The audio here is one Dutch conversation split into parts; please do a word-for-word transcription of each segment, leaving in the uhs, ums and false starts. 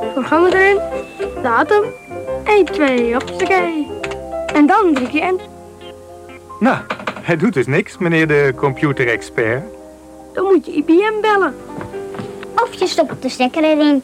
programma erin, datum, één, twee, hoppakee. En dan druk je in. Nou, hij doet dus niks, meneer de computerexpert. Dan moet je I B M bellen. Of je stopt de stekker erin.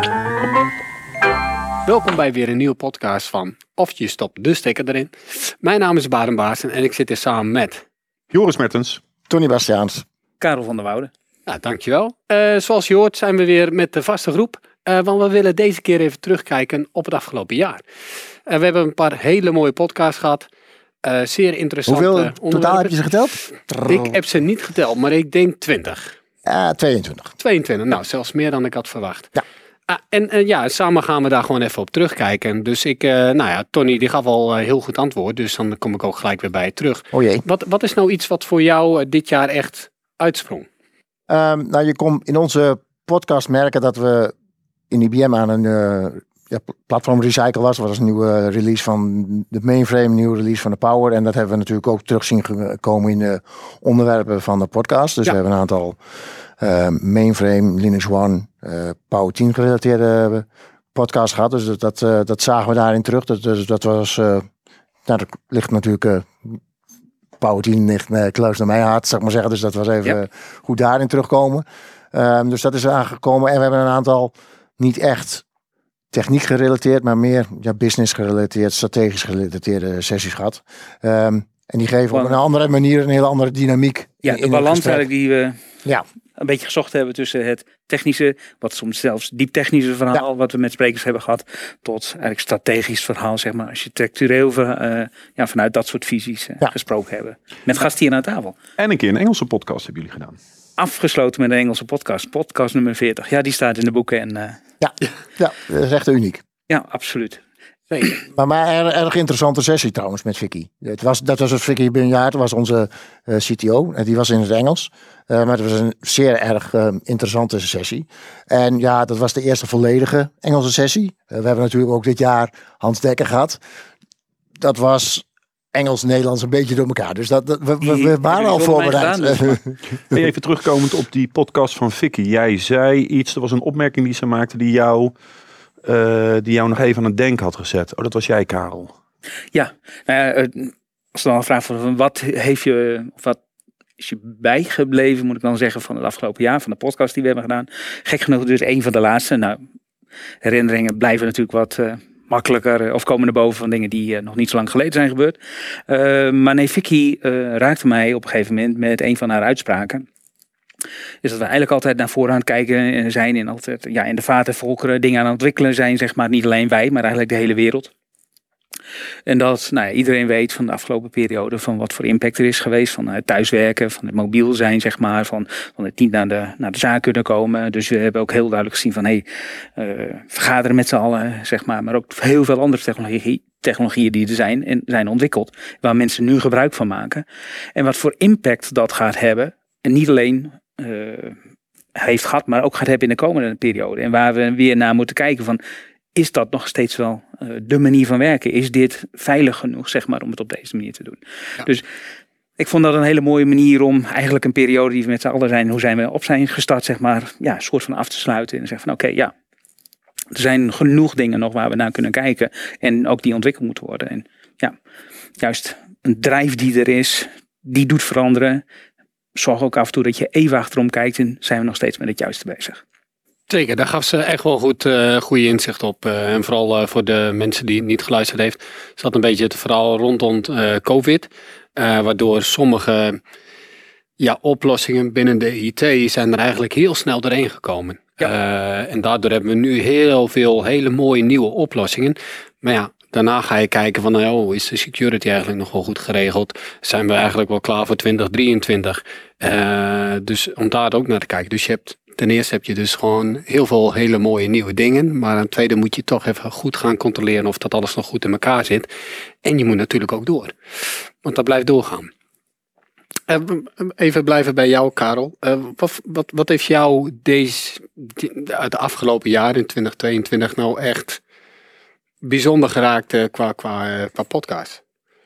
Welkom bij weer een nieuwe podcast van Of je stopt de stekker erin. Mijn naam is Baden Baassen en ik zit hier samen met... Joris Mertens. Tony Bastiaans. Karel van der Woude. Nou, dankjewel. Uh, zoals je hoort zijn we weer met de vaste groep. Uh, want we willen deze keer even terugkijken op het afgelopen jaar. Uh, we hebben een paar hele mooie podcasts gehad. Uh, zeer interessante Hoeveel totaal heb je ze geteld? Ik heb ze niet geteld, maar ik denk twintig. Uh, tweeëntwintig. tweeëntwintig, nou zelfs meer dan ik had verwacht. Ja. Ah, en uh, ja, samen gaan we daar gewoon even op terugkijken. Dus ik, uh, nou ja, Tony die gaf al uh, heel goed antwoord. Dus dan kom ik ook gelijk weer bij je terug. O jee. Wat, wat is nou iets wat voor jou uh, dit jaar echt uitsprong? Um, nou, je kon in onze podcast merken dat we in I B M aan een uh, ja, platform recycle was. Dat was een nieuwe release van de mainframe, een nieuwe release van de Power. En dat hebben we natuurlijk ook terug zien komen in de onderwerpen van de podcast. Dus ja. we hebben een aantal uh, mainframe, Linux One, uh, Power tien gerelateerde podcasts gehad. Dus dat, dat, uh, dat zagen we daarin terug. Dat, dus dat was, uh, nou, dat ligt natuurlijk... Uh, Power tien ligt uh, close naar mijn hart, zou ik maar zeggen. Dus dat was even yep. uh, goed daarin terugkomen. Um, dus dat is aangekomen. En we hebben een aantal niet echt techniek gerelateerd, maar meer ja, business gerelateerd, strategisch gerelateerde sessies gehad. Um, en die geven op een andere manier een hele andere dynamiek. Ja, in, de in balans eigenlijk die we ja. een beetje gezocht hebben tussen het technische, wat soms zelfs diep technische verhaal, ja. wat we met sprekers hebben gehad, tot eigenlijk strategisch verhaal, zeg maar, architectureel uh, ja, vanuit dat soort visies uh, ja. gesproken hebben. Met gasten hier aan tafel. En een keer een Engelse podcast hebben jullie gedaan. Afgesloten met een Engelse podcast, podcast nummer veertig. Ja, die staat in de boeken. En, uh, ja. ja, dat is echt uniek. Ja, absoluut. Nee. Maar, maar een erg interessante sessie trouwens met Vicky. Het was, dat was het Vicky Bunjaard, was onze uh, C T O. Die was in het Engels. Uh, maar het was een zeer erg uh, interessante sessie. En ja, dat was de eerste volledige Engelse sessie. Uh, we hebben natuurlijk ook dit jaar Hans Dekker gehad. Dat was Engels-Nederlands een beetje door elkaar. Dus dat, dat we, we, we waren al voorbereid. Dus. Even terugkomend op die podcast van Vicky. Jij zei iets, er was een opmerking die ze maakte die jou... Uh, die jou nog even aan het denken had gezet. Oh, dat was jij, Karel. Ja, nou ja, als er dan een vraag van wat heeft je, of wat is je bijgebleven, moet ik dan zeggen, van het afgelopen jaar, van de podcast die we hebben gedaan. Gek genoeg dus een van de laatste. Nou, herinneringen blijven natuurlijk wat uh, makkelijker of komen er boven van dingen die uh, nog niet zo lang geleden zijn gebeurd. Uh, maar nee, Vicky uh, raakte mij op een gegeven moment met een van haar uitspraken. Is dat we eigenlijk altijd naar voren aan het kijken zijn en altijd ja, in de vaten volkeren dingen aan het ontwikkelen zijn, zeg maar. Niet alleen wij, maar eigenlijk de hele wereld. En dat nou ja, iedereen weet van de afgelopen periode van wat voor impact er is geweest. Van het thuiswerken, van het mobiel zijn, zeg maar. Van, van het niet naar de, naar de zaak kunnen komen. Dus we hebben ook heel duidelijk gezien van hé, hey, uh, vergaderen met z'n allen, zeg maar. Maar ook heel veel andere technologie, technologieën die er zijn en zijn ontwikkeld. Waar mensen nu gebruik van maken. En wat voor impact dat gaat hebben. En niet alleen... Uh, heeft gehad, maar ook gaat hebben in de komende periode. En waar we weer naar moeten kijken van, is dat nog steeds wel uh, de manier van werken? Is dit veilig genoeg, zeg maar, om het op deze manier te doen? Ja. Dus ik vond dat een hele mooie manier om eigenlijk een periode die we met z'n allen zijn, hoe zijn we op zijn gestart, zeg maar, ja, een soort van af te sluiten. En zeggen van, oké, okay, ja, er zijn genoeg dingen nog waar we naar kunnen kijken. En ook die ontwikkeld moeten worden. En ja, juist een drijf die er is, die doet veranderen. Zorg ook af en toe dat je even achterom kijkt en zijn we nog steeds met het juiste bezig. Zeker, daar gaf ze echt wel goed, uh, goede inzicht op. Uh, en vooral uh, voor de mensen die het niet geluisterd heeft, zat een beetje het verhaal rondom uh, COVID. Uh, waardoor sommige ja, oplossingen binnen de I T zijn er eigenlijk heel snel doorheen gekomen. Ja. Uh, en daardoor hebben we nu heel veel hele mooie nieuwe oplossingen. Maar ja, daarna ga je kijken van, oh, is de security eigenlijk nog wel goed geregeld? Zijn we eigenlijk wel klaar voor twintig drieëntwintig? Uh, dus om daar ook naar te kijken. Dus je hebt, ten eerste heb je dus gewoon heel veel hele mooie nieuwe dingen. Maar ten tweede moet je toch even goed gaan controleren of dat alles nog goed in elkaar zit. En je moet natuurlijk ook door. Want dat blijft doorgaan. Uh, even blijven bij jou, Karel. Uh, wat, wat, wat heeft jou deze, de afgelopen jaar in twintig tweeëntwintig nou echt bijzonder geraakt uh, qua, qua, uh, qua podcast?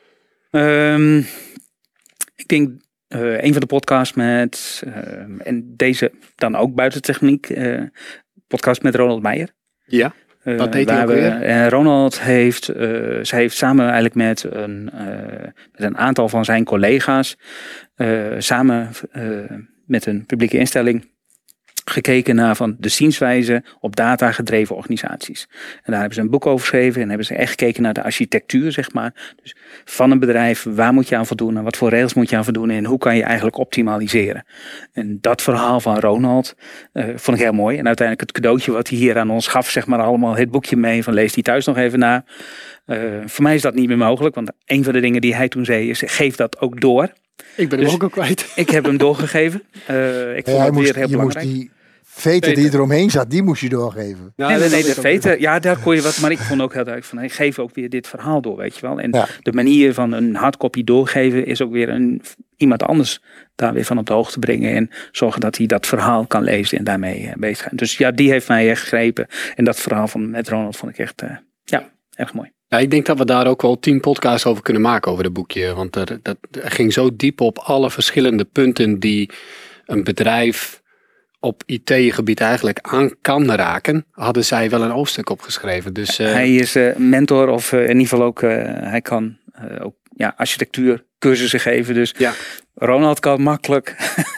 Um, ik denk uh, een van de podcasts met, uh, en deze dan ook buiten techniek, uh, podcast met Ronald Meijer. Ja. Uh, Wat deed hij ook we, weer? Uh, Ronald heeft, uh, zij heeft samen eigenlijk met een, uh, met een aantal van zijn collega's, uh, samen uh, met een publieke instelling, gekeken naar van de zienswijze op data gedreven organisaties. En daar hebben ze een boek over geschreven en hebben ze echt gekeken naar de architectuur, zeg maar. Dus van een bedrijf, waar moet je aan voldoen en wat voor rails moet je aan voldoen en hoe kan je eigenlijk optimaliseren. En dat verhaal van Ronald uh, vond ik heel mooi. En uiteindelijk het cadeautje wat hij hier aan ons gaf, zeg maar allemaal het boekje mee van lees die thuis nog even na. Uh, voor mij is dat niet meer mogelijk, want een van de dingen die hij toen zei is geef dat ook door. Ik ben hem Dus ook al kwijt. Ik heb hem doorgegeven. Uh, ik vond Ja, het moest, weer heel je belangrijk. moest die veten die eromheen zat, die moest je doorgeven. Nou, Nee, dat nee, is de ook- veten, ja, daar kon je wat, maar ik vond ook heel duidelijk van, hey, geef ook weer dit verhaal door, weet je wel. En Ja. de manier van een hardcopy doorgeven is ook weer een, iemand anders daar weer van op de hoogte brengen en zorgen dat hij dat verhaal kan lezen en daarmee uh, bezig gaan. Dus ja, die heeft mij echt gegrepen. En dat verhaal van met Ronald vond ik echt, uh, ja, erg mooi. Ja, ik denk dat we daar ook wel tien podcasts over kunnen maken over het boekje. Want er, dat er ging zo diep op alle verschillende punten die een bedrijf op I T-gebied eigenlijk aan kan raken. Hadden zij wel een hoofdstuk opgeschreven. Dus, uh, Hij is uh, mentor of uh, in ieder geval ook, uh, hij kan uh, ook ja, architectuur cursussen geven. Dus ja. Ronald kan makkelijk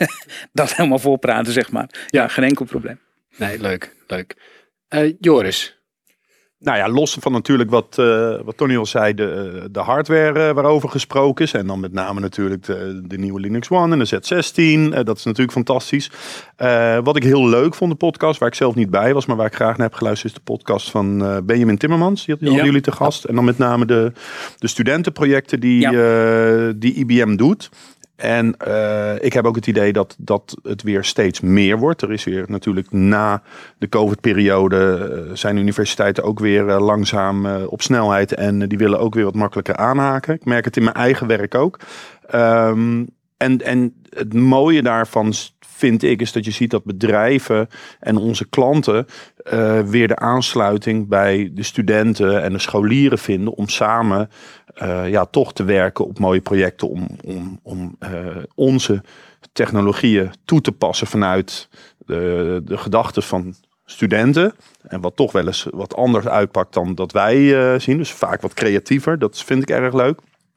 dat helemaal voorpraten, zeg maar. Ja, Ja. geen enkel probleem. Nee, leuk, leuk. Uh, Joris. Nou ja, los van natuurlijk wat, uh, wat Tony al zei, de, de hardware uh, waarover gesproken is. En dan met name natuurlijk de, de nieuwe Linux One en de Z zestien. Uh, dat is natuurlijk fantastisch. Uh, wat ik heel leuk vond, de podcast, waar ik zelf niet bij was, maar waar ik graag naar heb geluisterd, is de podcast van uh, Benjamin Timmermans. Die hadden Ja. jullie te gast. En dan met name de, de studentenprojecten die, Ja. uh, die I B M doet. En uh, ik heb ook het idee dat, dat het weer steeds meer wordt. Er is weer natuurlijk na de COVID-periode uh, zijn universiteiten ook weer uh, langzaam uh, op snelheid. En uh, die willen ook weer wat makkelijker aanhaken. Ik merk het in mijn eigen werk ook. Um, en, en het mooie daarvan vind ik is dat je ziet dat bedrijven en onze klanten uh, weer de aansluiting bij de studenten en de scholieren vinden om samen uh, ja, toch te werken op mooie projecten om, om, om uh, onze technologieën toe te passen vanuit de, de gedachten van studenten. En wat toch wel eens wat anders uitpakt dan dat wij uh, zien. Dus vaak wat creatiever. Dat vind ik erg leuk.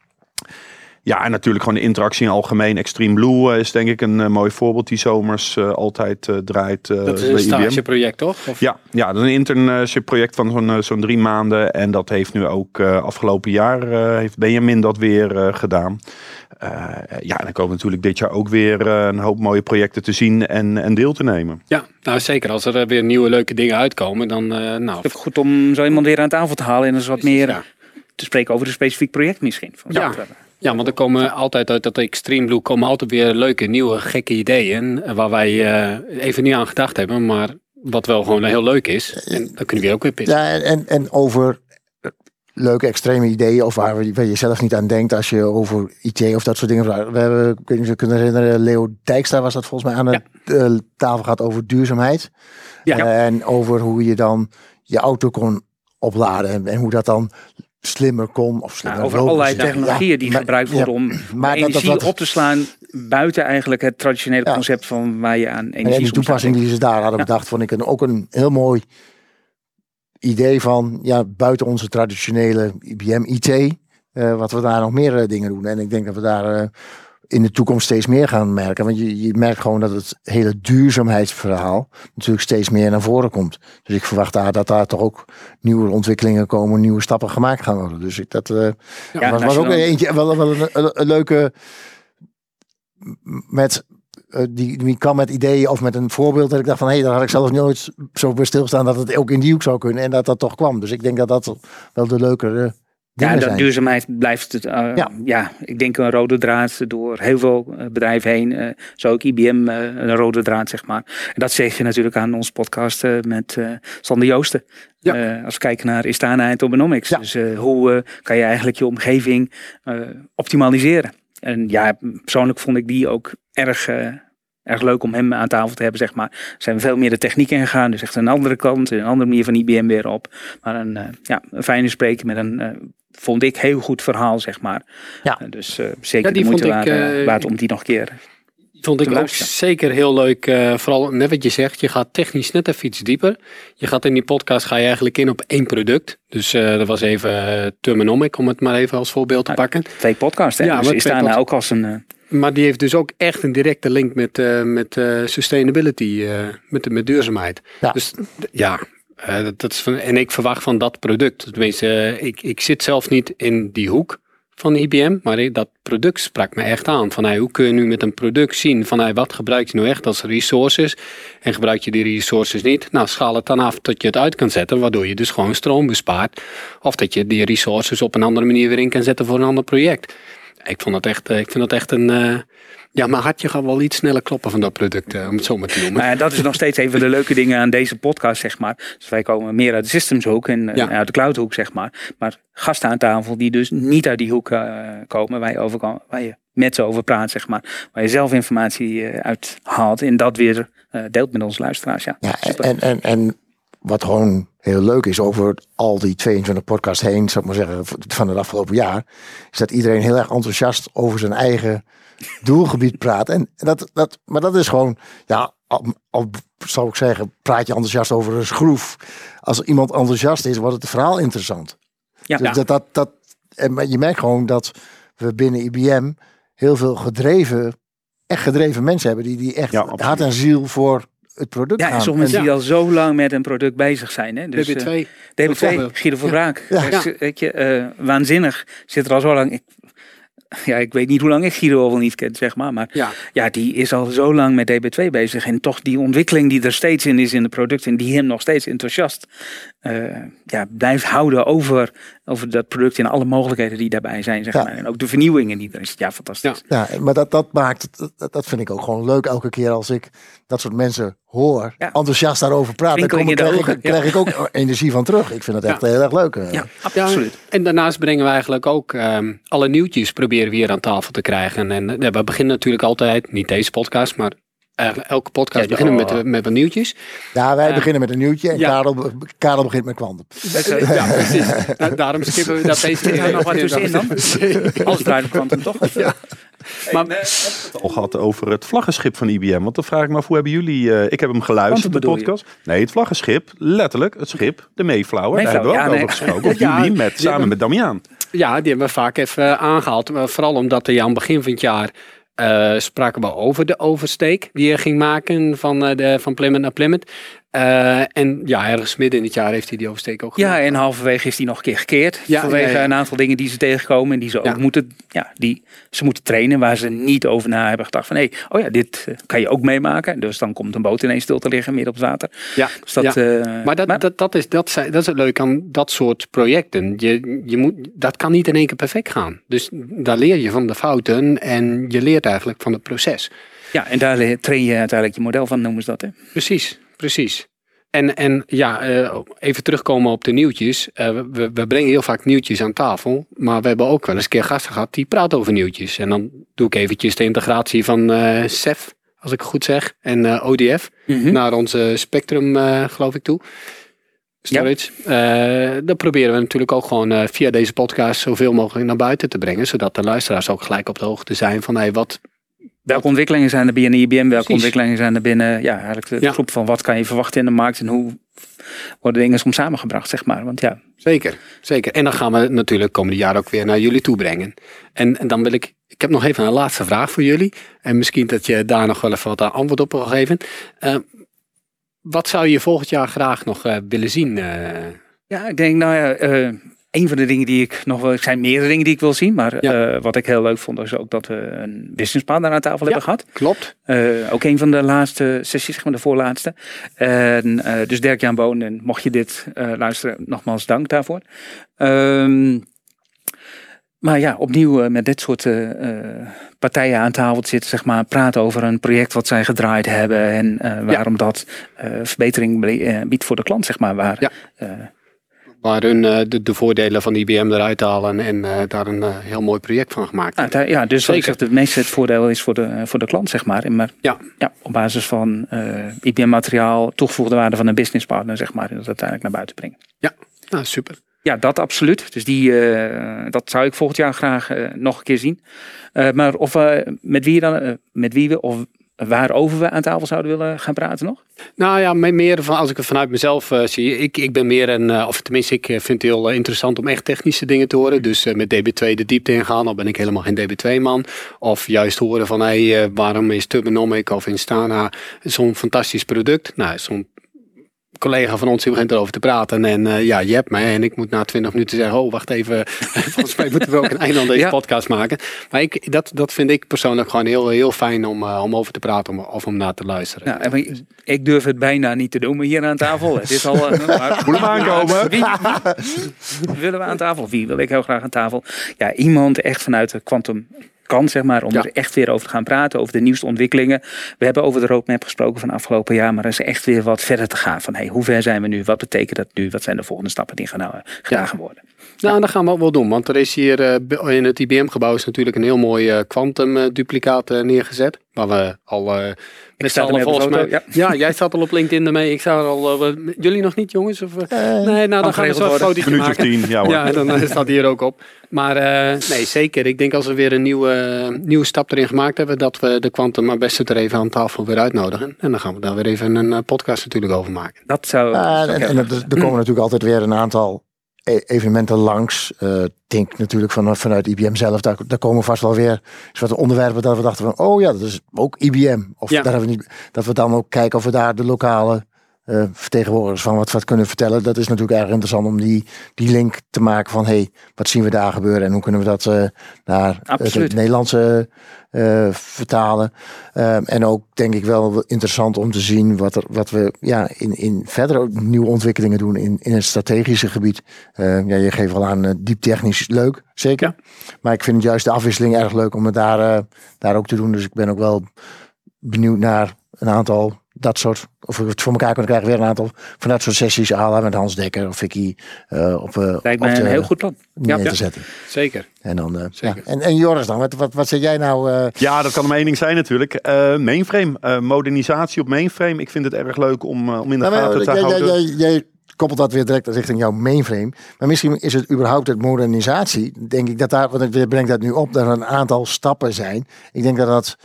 Ja, en natuurlijk gewoon de interactie in algemeen. Extreme Blue uh, is denk ik een uh, mooi voorbeeld die zomers uh, altijd uh, draait. Uh, Dat is bij een I B M. stageproject, toch? Of? Ja, ja, dat is een internship project van zo'n uh, zo'n drie maanden. En dat heeft nu ook uh, afgelopen jaar uh, heeft Benjamin dat weer uh, gedaan. Uh, ja, en dan komen natuurlijk dit jaar ook weer uh, een hoop mooie projecten te zien en, en deel te nemen. Ja, nou zeker. Als er weer nieuwe leuke dingen uitkomen, dan uh, nou... Het is goed om zo iemand weer aan tafel te halen en eens wat meer Ja. te spreken over een specifiek project misschien. Van Ja. Ja, want er komen altijd uit dat Extreme Blue komen altijd weer leuke, nieuwe, gekke ideeën. Waar wij uh, even niet aan gedacht hebben, maar wat wel gewoon heel leuk is. En dan kunnen we ook weer pitchen. Ja, en, en over leuke extreme ideeën of waar, waar je zelf niet aan denkt als je over I T of dat soort dingen vraagt. We hebben, ik weet niet of je kunnen herinneren, Leo Dijkstra was dat volgens mij aan de uh, tafel gaat over duurzaamheid. Ja. Uh, en over hoe je dan je auto kon opladen en, en hoe dat dan slimmer kon. Of slimmer Nou, over logisch. allerlei technologieën Ja, die maar- gebruikt worden ja, om maar dat- energie dat- dat- op te slaan buiten eigenlijk het traditionele Ja. concept van waar je aan En energie die soms toepassing aan die ze daar hadden Ja. bedacht, vond ik een, ook een heel mooi idee van, ja, buiten onze traditionele I B M I T, uh, wat we daar nog meer uh, dingen doen. En ik denk dat we daar uh, in de toekomst steeds meer gaan merken. Want je, je merkt gewoon dat het hele duurzaamheidsverhaal natuurlijk steeds meer naar voren komt. Dus ik verwacht daar dat daar toch ook nieuwe ontwikkelingen komen, nieuwe stappen gemaakt gaan worden. Dus ik, dat uh, Ja, was, en was als je ook dan- eentje, wel, wel een, een, een leuke met uh, die, die kan met ideeën of met een voorbeeld dat ik dacht van hé, hey, daar had ik zelf nooit zo bij stilstaan dat het ook in die hoek zou kunnen en dat dat toch kwam. Dus ik denk dat dat wel de leukere uh, Ja, dingen en dat zijn. duurzaamheid blijft het, uh, ja. Ja. ik denk een rode draad door heel veel uh, bedrijven heen. Uh, zo ook I B M uh, een rode draad, zeg maar. En dat zeg je natuurlijk aan onze podcast uh, met uh, Sander Joosten. Ja. Uh, als we kijken naar Istana en Tobenomics. Ja. Dus uh, hoe uh, kan je eigenlijk je omgeving uh, optimaliseren? En ja, persoonlijk vond ik die ook erg... Uh, Erg leuk om hem aan tafel te hebben, zeg maar. Er zijn veel meer de techniek ingegaan. Dus echt een andere kant, een andere manier van I B M weer op. Maar een, uh, ja, een fijne spreker met een, uh, vond ik, heel goed verhaal, zeg maar. Ja. Uh, dus uh, zeker Ja, die de moeite vond ik, waard, uh, uh, waard om die nog een keer... Vond ik te ook luisteren. zeker heel leuk. Uh, vooral net wat je zegt. Je gaat technisch net even iets dieper. Je gaat in die podcast ga je eigenlijk in op één product. Dus uh, dat was even uh, Termonomic, om het maar even als voorbeeld te pakken. Twee podcasts, hè? Ja, Dus is daar nou ook als een... Uh... Maar die heeft dus ook echt een directe link met, uh, met uh, sustainability, uh, met, met duurzaamheid. Ja. Dus ja, uh, dat, dat is van, en ik verwacht van dat product. Tenminste, uh, ik, ik zit zelf niet in die hoek van I B M, maar dat product sprak me echt aan. Van, hey, hoe kun je nu met een product zien van hey, wat gebruik je nou echt als resources en gebruik je die resources niet? Nou, schaal het dan af tot je het uit kan zetten, waardoor je dus gewoon stroom bespaart. Of dat je die resources op een andere manier weer in kan zetten voor een ander project. Ik vond dat echt, ik vind dat echt een... Uh, ja, maar hartje gaat wel iets sneller kloppen van dat product, uh, om het zo maar te noemen. Maar ja, dat is nog steeds een van de leuke dingen aan deze podcast, zeg maar. Dus wij komen meer uit de systemshoek en ja. uit de cloudhoek, zeg maar. Maar gasten aan tafel die dus niet uit die hoek uh, komen, waar je, over kan, waar je met ze over praat, zeg maar. Waar je zelf informatie uh, uit haalt en dat weer uh, deelt met onze luisteraars. Ja, ja en, en, en wat gewoon heel leuk is over al die tweeëntwintig podcasts heen, zou ik maar zeggen, van het afgelopen jaar, is dat iedereen heel erg enthousiast over zijn eigen doelgebied praat. En dat, dat, maar dat is gewoon, ja, al, al zou ik zeggen, praat je enthousiast over een schroef. Als iemand enthousiast is, wordt het verhaal interessant. Ja, dus ja. Dat, dat, dat, en je merkt gewoon dat we binnen I B M heel veel gedreven, echt gedreven mensen hebben, die, die echt Ja, hart en ziel voor het product ja, gaan. en sommige mensen en, die al zo lang met een product bezig zijn. Hè? Dus, D B twee. Uh, D B twee, Guido van Braak. Ja. Ja. Weet je, uh, waanzinnig. Zit er al zo lang... Ik, ja, ik weet niet hoe lang ik Guido al wel niet ken, zeg maar. Maar ja. ja, die is al zo lang met D B twee bezig. En toch die ontwikkeling die er steeds in is in de producten, en die hem nog steeds enthousiast uh, ja, blijft houden over, over dat product en alle mogelijkheden die daarbij zijn, zeg ja. maar. En ook de vernieuwingen die er is. Ja, fantastisch. Ja, ja maar dat, dat maakt, dat, dat vind ik ook gewoon leuk elke keer als ik dat soort mensen hoor, ja. enthousiast daarover praten. Dan krijg, ik, ja. krijg ik ook energie van terug. Ik vind het echt ja. heel erg leuk. Uh. Ja, absoluut. Ja, en daarnaast brengen we eigenlijk ook um, alle nieuwtjes proberen we hier aan tafel te krijgen. En uh, we beginnen natuurlijk altijd, niet deze podcast, maar eigenlijk elke podcast ja, beginnen we oh. met, met wat nieuwtjes. Ja, wij uh, beginnen met een nieuwtje en ja. Karel, Karel begint met Quantum. Ja, precies. Nou, daarom skippen we dat deze keer. Er nog wat tussenin dan? Alles draait op Quantum, toch? Ja. Maar we hebben het al gehad over het vlaggenschip van I B M. Want dan vraag ik me af, hoe hebben jullie... Uh, ik heb hem geluisterd, de podcast. Je? Nee, het vlaggenschip, letterlijk, het schip, de Mayflower. Mayflower. Daar hebben we ook ja, over nee. gesproken. Of ja, jullie, met, samen hebben, met Damiaan. Ja, die hebben we vaak even aangehaald. Vooral omdat er aan het begin van het jaar... Uh, spraken we over de oversteek die je ging maken van, uh, de, van Plymouth naar Plymouth. Uh, en ja, ergens midden in het jaar heeft hij die oversteek ook gemaakt. Ja, en halverwege is hij nog een keer gekeerd. Ja, vanwege ja, ja. een aantal dingen die ze tegenkomen. En die ze ook ja. moeten, ja, die ze moeten trainen. Waar ze niet over na hebben gedacht van... hé, hey, oh ja, dit kan je ook meemaken. Dus dan komt een boot ineens stil te liggen midden op het water. Ja, dus dat, ja. Uh, maar, dat, maar dat, dat, is, dat, dat is het leuke aan dat soort projecten. Je, je moet, dat kan niet in één keer perfect gaan. Dus daar leer je van de fouten. En je leert eigenlijk van het proces. Ja, en daar train je uiteindelijk je model van, noemen ze dat, hè? Precies, precies. En, en ja, uh, even terugkomen op de nieuwtjes. Uh, we, we brengen heel vaak nieuwtjes aan tafel. Maar we hebben ook wel eens een keer gasten gehad die praten over nieuwtjes. En dan doe ik eventjes de integratie van uh, S E F, als ik het goed zeg. En uh, O D F mm-hmm. naar onze Spectrum, uh, geloof ik, toe. Storage. Ja. Uh, dat proberen we natuurlijk ook gewoon uh, via deze podcast zoveel mogelijk naar buiten te brengen. Zodat de luisteraars ook gelijk op de hoogte zijn van hey, wat... Welke ontwikkelingen zijn er binnen I B M? Welke Precies. ontwikkelingen zijn er binnen ja, eigenlijk de ja. groep van wat kan je verwachten in de markt en hoe worden dingen soms samengebracht, zeg maar. Want ja. Zeker, zeker. En dan gaan we natuurlijk komende jaar ook weer naar jullie toe brengen. En, en dan wil ik, ik heb nog even een laatste vraag voor jullie. En misschien dat je daar nog wel even wat antwoord op wil geven. Uh, wat zou je volgend jaar graag nog uh, willen zien? Uh... Ja, ik denk nou ja... Uh, Een van de dingen die ik nog wel... Er zijn meerdere dingen die ik wil zien. Maar ja. uh, wat ik heel leuk vond is ook dat we een businesspartner aan tafel ja, hebben gehad. Klopt. Uh, ook een van de laatste sessies, zeg maar de voorlaatste. En, uh, dus Dirk-Jan Boon, en mocht je dit uh, luisteren, nogmaals dank daarvoor. Um, maar ja, opnieuw uh, met dit soort uh, partijen aan tafel te zitten, zeg maar, praten over een project wat zij gedraaid hebben. En uh, waarom ja. dat uh, verbetering uh, biedt voor de klant, zeg maar. Waar, ja. uh, Waar hun uh, de, de voordelen van I B M eruit halen en uh, daar een uh, heel mooi project van gemaakt hebben. Ja, ja, dus wat ik zeg, het meeste het voordeel is voor de, uh, voor de klant, zeg maar. Maar ja. Ja, op basis van uh, I B M-materiaal, toegevoegde waarde van een businesspartner, zeg maar, en dat uiteindelijk naar buiten brengen. Ja, nou, super. Ja, dat absoluut. Dus die, uh, dat zou ik volgend jaar graag uh, nog een keer zien. Uh, maar of uh, met wie dan, uh, met wie we of waarover we aan tafel zouden willen gaan praten nog? Nou ja, meer van, als ik het vanuit mezelf uh, zie. Ik, ik ben meer een, uh, of tenminste ik vind het heel uh, interessant om echt technische dingen te horen. Dus uh, met D B twee de diepte ingaan, al ben ik helemaal geen D B twee man. Of juist horen van, hé, hey, uh, waarom is Turbonomic of Instana zo'n fantastisch product? Nou, zo'n collega van ons die begint erover te praten en uh, ja, je hebt mij en ik moet na twintig minuten zeggen, oh wacht even, volgens mij moeten we ook een einde aan deze ja. podcast maken. Maar ik, dat, dat vind ik persoonlijk gewoon heel, heel fijn om, uh, om over te praten om, of om naar te luisteren. Nou, ik durf het bijna niet te doen hier aan tafel. Het is al, uh, maar, moet hem aankomen. Wie, wie willen we aan tafel? Wie wil ik heel graag aan tafel? Ja, iemand echt vanuit de quantum kan, zeg maar, om ja. er echt weer over te gaan praten, over de nieuwste ontwikkelingen. We hebben over de roadmap gesproken van afgelopen jaar, maar er is echt weer wat verder te gaan. Van, hey, hoe ver zijn we nu? Wat betekent dat nu? Wat zijn de volgende stappen die gaan, uh, gedaan ja. gaan worden? Nou, ja. dat gaan we ook wel doen, want er is hier uh, in het I B M-gebouw is natuurlijk een heel mooi quantum uh, uh, duplicaat uh, neergezet, waar we al... Uh, Ik sta er volgens mij. Ja. ja, jij staat al op LinkedIn ermee. Ik sta er al. Uh, jullie nog niet, jongens? Of, uh, uh, nee, nou dan gaan we zo een fotootje minuut maken. Of tien, ja, hoor. Ja, dan uh, staat hier ook op. Maar uh, nee, zeker. Ik denk als we weer een nieuwe, uh, nieuwe stap erin gemaakt hebben, dat we de Quantum maar best er even aan tafel weer uitnodigen. En dan gaan we daar weer even een uh, podcast natuurlijk over maken. Dat zou. Uh, en en er, er komen natuurlijk altijd weer een aantal evenementen langs. Uh, denk natuurlijk van, vanuit I B M zelf. Daar, daar komen vast wel weer wat onderwerpen dat we dachten van, oh ja, dat is ook I B M. Of ja. daar hebben we niet, dat we dan ook kijken of we daar de lokale uh, vertegenwoordigers van wat, wat kunnen vertellen. Dat is natuurlijk erg interessant om die, die link te maken van, hey, wat zien we daar gebeuren en hoe kunnen we dat uh, naar het, het Nederlandse uh, vertalen. Uh, en ook denk ik wel interessant om te zien wat, er, wat we ja, in, in verdere nieuwe ontwikkelingen doen in, in het strategische gebied. Uh, ja, je geeft wel aan uh, diep technisch leuk, zeker. Ja. Maar ik vind het juist de afwisseling erg leuk om het daar, uh, daar ook te doen. Dus ik ben ook wel benieuwd naar een aantal dat soort, of we het voor elkaar kunnen krijgen, weer een aantal van dat soort sessies à met Hans Dekker of Vicky uh, op, uh, lijkt mij een heel goed plan. Neer ja, te ja. zetten. Zeker. En dan, uh, Zeker. Ja. En, en Joris dan, wat, wat, wat zeg jij nou? Uh... Ja, dat kan maar één ding zijn natuurlijk. Uh, mainframe, uh, modernisatie op mainframe. Ik vind het erg leuk om, uh, om in de nou, gaten te jij, houden. Jij, jij, jij koppelt dat weer direct richting jouw mainframe. Maar misschien is het überhaupt het modernisatie. Denk ik dat daar, want ik breng dat nu op, dat er een aantal stappen zijn. Ik denk dat dat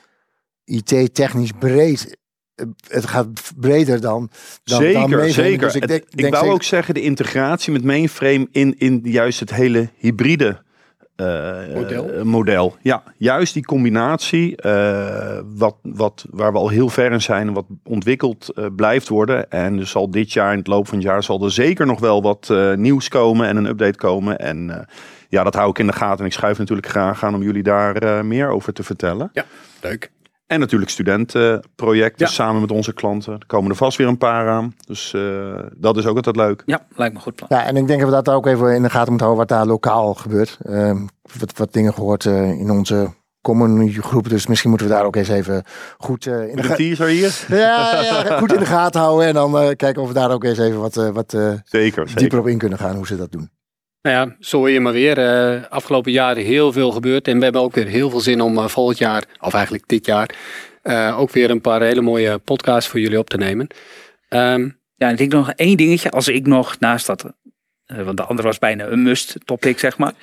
I T-technisch breed, het gaat breder dan, dan zeker, dan mainframe. zeker. Dus ik denk, het, ik denk wou zeker... ook zeggen, de integratie met mainframe in, in juist het hele hybride uh, model. model. Ja, juist die combinatie, uh, wat, wat, waar we al heel ver in zijn en wat ontwikkeld uh, blijft worden. En dus zal dit jaar, in het loop van het jaar, zal er zeker nog wel wat uh, nieuws komen en een update komen. En uh, ja, dat hou ik in de gaten. En ik schuif natuurlijk graag aan om jullie daar uh, meer over te vertellen. Ja, leuk. En natuurlijk studentenprojecten ja. samen met onze klanten. Er komen er vast weer een paar aan. Dus uh, dat is ook altijd leuk. Ja, lijkt me een goed plan. Ja, en ik denk dat we dat ook even in de gaten moeten houden wat daar lokaal gebeurt. Uh, wat, wat dingen gehoord uh, in onze common groep. Dus misschien moeten we daar ook eens even goed uh, in de, de ga- teaser hier. Ja, ja, goed in de gaten houden. En dan uh, kijken of we daar ook eens even wat, uh, wat uh, zeker, dieper zeker. op in kunnen gaan. Hoe ze dat doen. Nou ja, zo hoor je maar weer. Uh, afgelopen jaren heel veel gebeurd. En we hebben ook weer heel veel zin om uh, volgend jaar, of eigenlijk dit jaar, uh, ook weer een paar hele mooie podcasts voor jullie op te nemen. Um, ja, ik denk nog één dingetje. Als ik nog naast dat, uh, want de andere was bijna een must topic, zeg maar.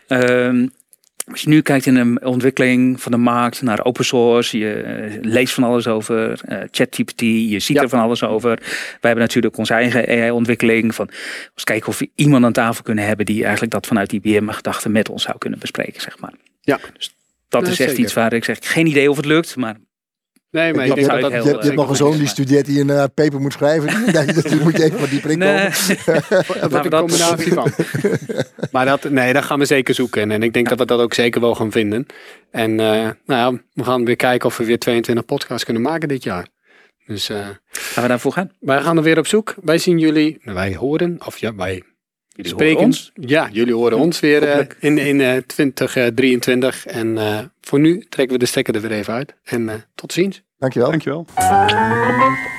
Um, Als je nu kijkt in de ontwikkeling van de markt naar open source, je uh, leest van alles over uh, ChatGPT, je ziet ja. er van alles over. Wij hebben natuurlijk onze eigen A I-ontwikkeling van eens kijken of we iemand aan tafel kunnen hebben die eigenlijk dat vanuit I B M-gedachten met ons zou kunnen bespreken, zeg maar. Ja. Dus dat nee, is echt zeker. Iets waar ik zeg, geen idee of het lukt, maar... Nee, maar ik ik denk dat, dat heel, je, je hebt nog een zoon die studeert die een uh, paper moet schrijven. Daar moet je even wat dieper in komen. Nee. Wat een combinatie van. Maar dat, nee, dat gaan we zeker zoeken. En ik denk ja. dat we dat ook zeker wel gaan vinden. En uh, nou ja, we gaan weer kijken of we weer tweeëntwintig podcasts kunnen maken dit jaar. Dus uh, gaan we daarvoor gaan? Wij gaan er weer op zoek. Wij zien jullie, wij horen, of ja, wij jullie spreken ons. Ja, jullie horen ons weer uh, in, in uh, twintig drieëntwintig. En uh, voor nu trekken we de stekker er weer even uit. En uh, tot ziens. Dankjewel. Dankjewel.